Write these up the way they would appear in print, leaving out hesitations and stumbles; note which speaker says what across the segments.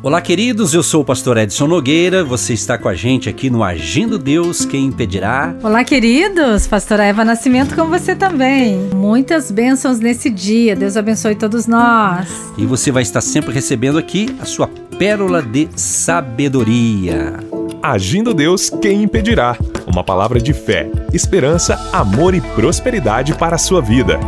Speaker 1: Olá, queridos, eu sou o pastor Edson Nogueira, você está com a gente aqui no Agindo Deus, Quem Impedirá?
Speaker 2: Olá, queridos, pastora Eva Nascimento com você também. Muitas bênçãos nesse dia, Deus abençoe todos nós.
Speaker 1: E você vai estar sempre recebendo aqui a sua pérola de sabedoria.
Speaker 3: Agindo Deus, Quem Impedirá? Uma palavra de fé, esperança, amor e prosperidade para a sua vida.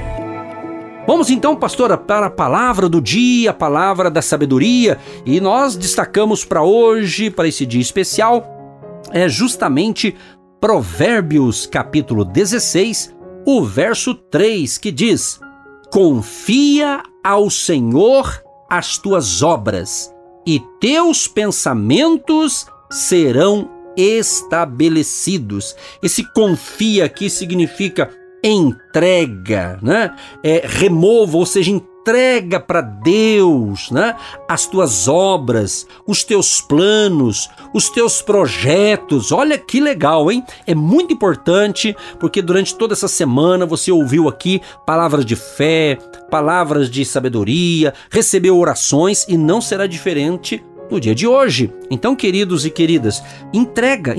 Speaker 1: Vamos então, pastora, para a palavra do dia, a palavra da sabedoria, e nós destacamos para hoje, para esse dia especial, justamente Provérbios capítulo 16, o verso 3, que diz: confia ao Senhor as tuas obras, e teus pensamentos serão estabelecidos. Esse confia aqui significa entrega, né? Remova, ou seja, entrega para Deus, né? As tuas obras, os teus planos, os teus projetos. Olha que legal, hein? É muito importante, porque durante toda essa semana você ouviu aqui palavras de fé, palavras de sabedoria, recebeu orações, e não será diferente no dia de hoje. Então, queridos e queridas, entrega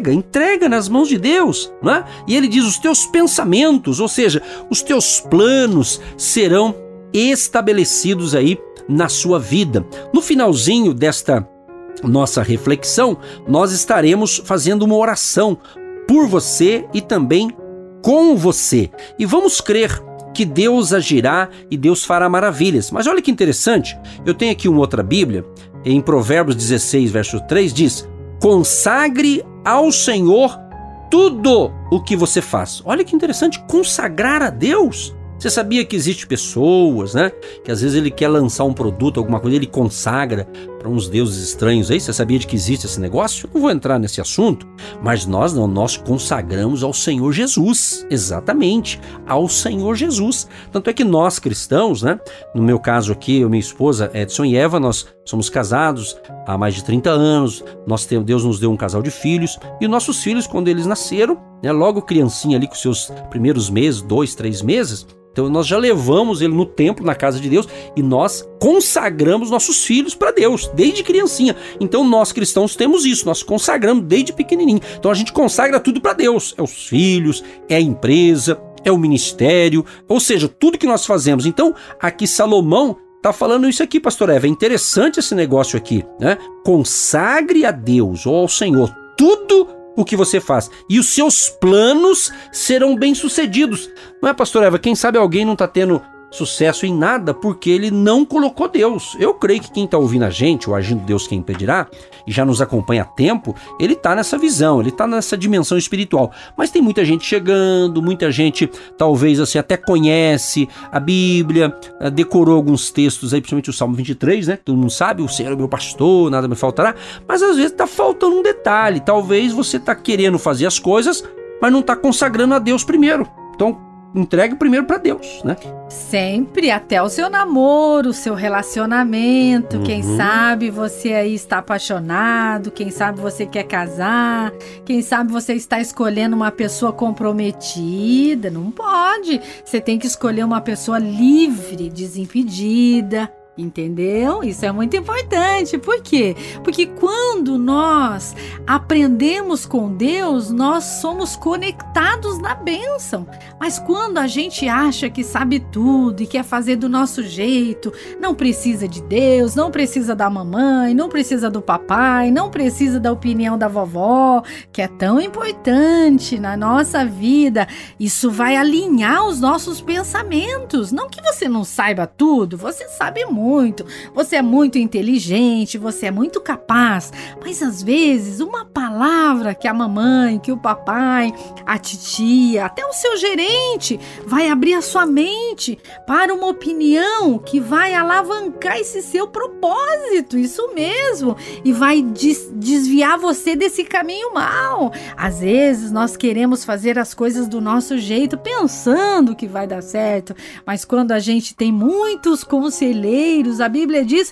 Speaker 1: nas mãos de Deus, né? E ele diz: os teus pensamentos, ou seja, os teus planos serão estabelecidos aí na sua vida. No finalzinho desta nossa reflexão, nós estaremos fazendo uma oração por você e também com você. E vamos crer que Deus agirá e Deus fará maravilhas. Mas olha que interessante, eu tenho aqui uma outra Bíblia, em Provérbios 16, verso 3, diz: consagre ao Senhor tudo o que você faz. Olha que interessante, consagrar a Deus. Você sabia que existe pessoas, né, que às vezes ele quer lançar um produto, alguma coisa, ele consagra para uns deuses estranhos aí? Você sabia de que existe esse negócio? Eu não vou entrar nesse assunto, mas nós consagramos ao Senhor Jesus, exatamente, ao Senhor Jesus. Tanto é que nós cristãos, né, no meu caso aqui, eu e minha esposa Edson e Eva, nós somos casados há mais de 30 anos, Deus nos deu um casal de filhos, e nossos filhos, quando eles nasceram, né, logo criancinha ali com seus primeiros meses, 2, 3 meses, então nós já levamos ele no templo, na casa de Deus, e nós consagramos nossos filhos para Deus, desde criancinha. Então nós cristãos temos isso, nós consagramos desde pequenininho. Então a gente consagra tudo para Deus, é os filhos, é a empresa, é o ministério, ou seja, tudo que nós fazemos. Então aqui Salomão está falando isso aqui, pastor Eva, é interessante esse negócio aqui, né? Consagre a Deus ou ao Senhor tudo o que você faz, e os seus planos serão bem-sucedidos. Não é, pastor Eva? Quem sabe alguém não está tendo sucesso em nada porque ele não colocou Deus. Eu creio que quem está ouvindo a gente, o Agindo Deus Quem Impedirá, e já nos acompanha há tempo, ele está nessa visão, ele está nessa dimensão espiritual. Mas tem muita gente chegando, muita gente talvez assim até conhece a Bíblia, decorou alguns textos aí, principalmente o Salmo 23, né? Todo mundo sabe, o Senhor é meu pastor, nada me faltará. Mas às vezes está faltando um detalhe. Talvez você está querendo fazer as coisas, mas não está consagrando a Deus primeiro. Então, entregue primeiro para Deus, né?
Speaker 2: Sempre, até o seu namoro, o seu relacionamento. Quem sabe você aí está apaixonado, quem sabe você quer casar, quem sabe você está escolhendo uma pessoa comprometida. Não pode. Você tem que escolher uma pessoa livre, desimpedida. Entendeu? Isso é muito importante. Por quê? Porque quando nós aprendemos com Deus, nós somos conectados na bênção. Mas quando a gente acha que sabe tudo e quer fazer do nosso jeito, não precisa de Deus, não precisa da mamãe, não precisa do papai, não precisa da opinião da vovó, que é tão importante na nossa vida, isso vai alinhar os nossos pensamentos. Não que você não saiba tudo, você sabe muito. Você é muito inteligente, você é muito capaz, mas às vezes uma palavra que a mamãe, que o papai, a titia, até o seu gerente vai abrir a sua mente para uma opinião que vai alavancar esse seu propósito, isso mesmo, e vai desviar você desse caminho mau. Às vezes nós queremos fazer as coisas do nosso jeito, pensando que vai dar certo, mas quando a gente tem muitos conselheiros, a Bíblia diz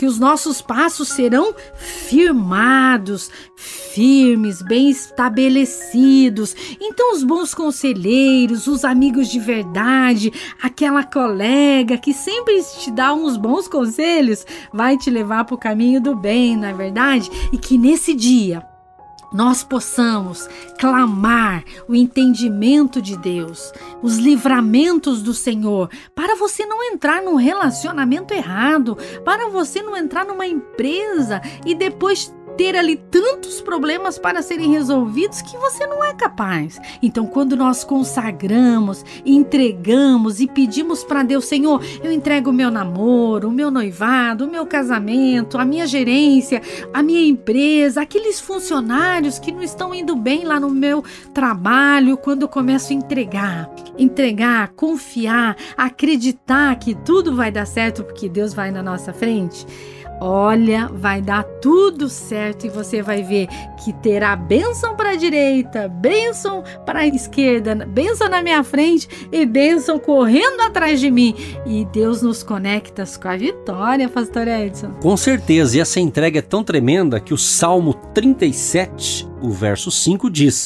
Speaker 2: que os nossos passos serão firmados, firmes, bem estabelecidos. Então os bons conselheiros, os amigos de verdade, aquela colega que sempre te dá uns bons conselhos, vai te levar para o caminho do bem, não é verdade? E que nesse dia nós possamos clamar o entendimento de Deus, os livramentos do Senhor, para você não entrar num relacionamento errado, para você não entrar numa empresa e depois ter ali tantos problemas para serem resolvidos que você não é capaz. Então, quando nós consagramos, entregamos e pedimos para Deus, Senhor, eu entrego o meu namoro, o meu noivado, o meu casamento, a minha gerência, a minha empresa, aqueles funcionários que não estão indo bem lá no meu trabalho, quando eu começo a entregar, confiar, acreditar que tudo vai dar certo porque Deus vai na nossa frente. Olha, vai dar tudo certo e você vai ver que terá bênção para a direita, bênção para a esquerda, bênção na minha frente e bênção correndo atrás de mim. E Deus nos conecta com a vitória, Pastor Edson.
Speaker 1: Com certeza, e essa entrega é tão tremenda que o Salmo 37, o verso 5 diz: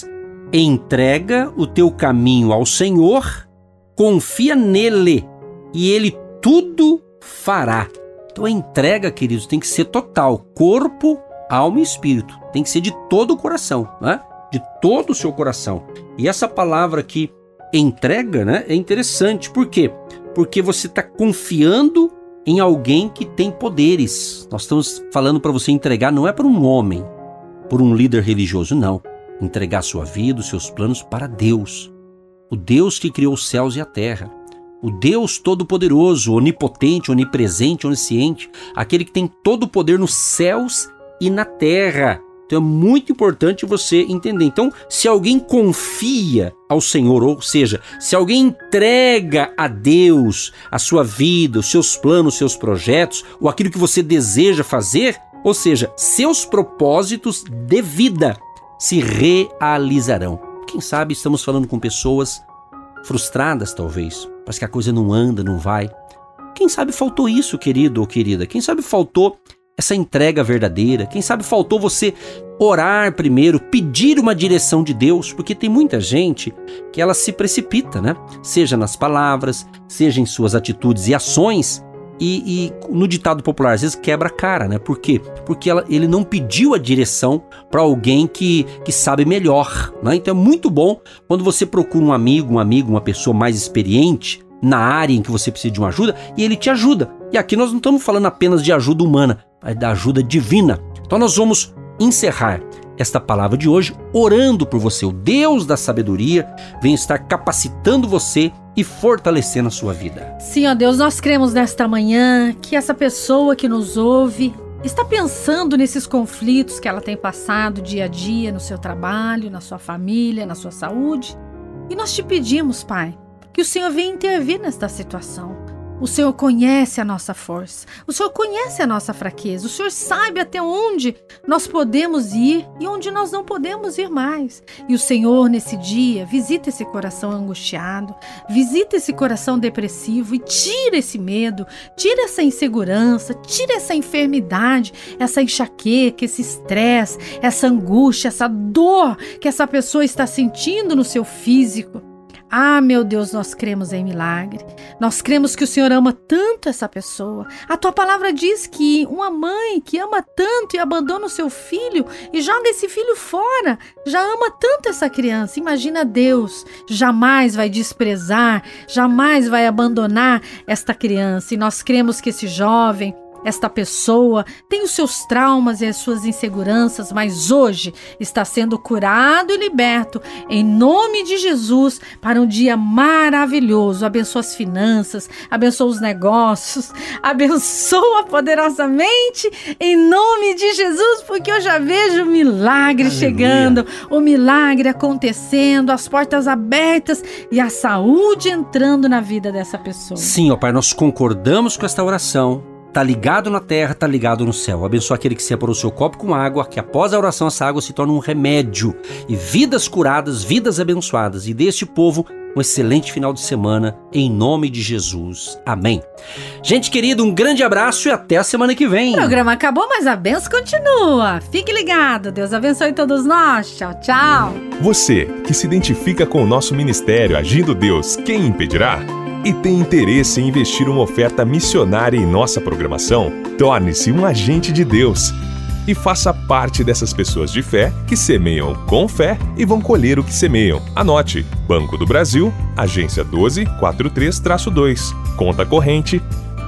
Speaker 1: entrega o teu caminho ao Senhor, confia nele e ele tudo fará. Então a entrega, queridos, tem que ser total, corpo, alma e espírito. Tem que ser de todo o coração, né? De todo o seu coração. E essa palavra aqui, entrega, né, é interessante. Por quê? Porque você está confiando em alguém que tem poderes. Nós estamos falando para você entregar, não é para um homem, por um líder religioso, não. Entregar sua vida, os seus planos para Deus. O Deus que criou os céus e a terra. O Deus Todo-Poderoso, onipotente, onipresente, onisciente, aquele que tem todo o poder nos céus e na terra. Então é muito importante você entender. Então, se alguém confia ao Senhor, ou seja, se alguém entrega a Deus a sua vida, os seus planos, os seus projetos, ou aquilo que você deseja fazer, ou seja, seus propósitos de vida se realizarão. Quem sabe estamos falando com pessoas frustradas, talvez. Parece que a coisa não anda, não vai. Quem sabe faltou isso, querido ou querida? Quem sabe faltou essa entrega verdadeira? Quem sabe faltou você orar primeiro, pedir uma direção de Deus? Porque tem muita gente que ela se precipita, né? Seja nas palavras, seja em suas atitudes e ações. E no ditado popular, às vezes quebra a cara, né? Por quê? Porque ele não pediu a direção para alguém que sabe melhor, né? Então é muito bom quando você procura um amigo, uma pessoa mais experiente na área em que você precisa de uma ajuda e ele te ajuda. E aqui nós não estamos falando apenas de ajuda humana, mas da ajuda divina. Então nós vamos encerrar esta palavra de hoje orando por você. O Deus da sabedoria vem estar capacitando você e fortalecendo a sua vida.
Speaker 2: Sim, ó Deus, nós cremos nesta manhã que essa pessoa que nos ouve está pensando nesses conflitos que ela tem passado dia a dia no seu trabalho, na sua família, na sua saúde. E nós te pedimos, Pai, que o Senhor venha intervir nesta situação. O Senhor conhece a nossa força, o Senhor conhece a nossa fraqueza, o Senhor sabe até onde nós podemos ir e onde nós não podemos ir mais. E o Senhor, nesse dia, visita esse coração angustiado, visita esse coração depressivo e tira esse medo, tira essa insegurança, tira essa enfermidade, essa enxaqueca, esse estresse, essa angústia, essa dor que essa pessoa está sentindo no seu físico. Ah, meu Deus, nós cremos em milagre. Nós cremos que o Senhor ama tanto essa pessoa. A tua palavra diz que uma mãe que ama tanto e abandona o seu filho e joga esse filho fora, já ama tanto essa criança. Imagina Deus, jamais vai desprezar, jamais vai abandonar esta criança. E nós cremos que esse jovem, esta pessoa tem os seus traumas e as suas inseguranças, mas hoje está sendo curado e liberto em nome de Jesus para um dia maravilhoso. Abençoa as finanças, abençoa os negócios, abençoa poderosamente em nome de Jesus, porque eu já vejo o milagre chegando, o milagre acontecendo, as portas abertas e a saúde entrando na vida dessa pessoa.
Speaker 1: Sim, ó Pai, nós concordamos com esta oração. Tá ligado na terra, tá ligado no céu. Abençoa aquele que separou o seu copo com água, que após a oração essa água se torna um remédio. E vidas curadas, vidas abençoadas. E deste povo, um excelente final de semana, em nome de Jesus. Amém. Gente querida, um grande abraço e até a semana que vem.
Speaker 2: O programa acabou, mas a bênção continua. Fique ligado. Deus abençoe todos nós. Tchau, tchau.
Speaker 3: Você que se identifica com o nosso ministério Agindo Deus, quem impedirá? E tem interesse em investir uma oferta missionária em nossa programação? Torne-se um agente de Deus e faça parte dessas pessoas de fé que semeiam com fé e vão colher o que semeiam. Anote: Banco do Brasil, agência 12432-2, conta corrente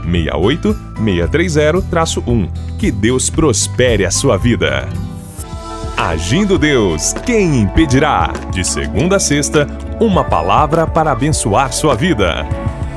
Speaker 3: 68630-1. Que Deus prospere a sua vida. Agindo Deus, quem impedirá? De segunda a sexta, uma palavra para abençoar sua vida.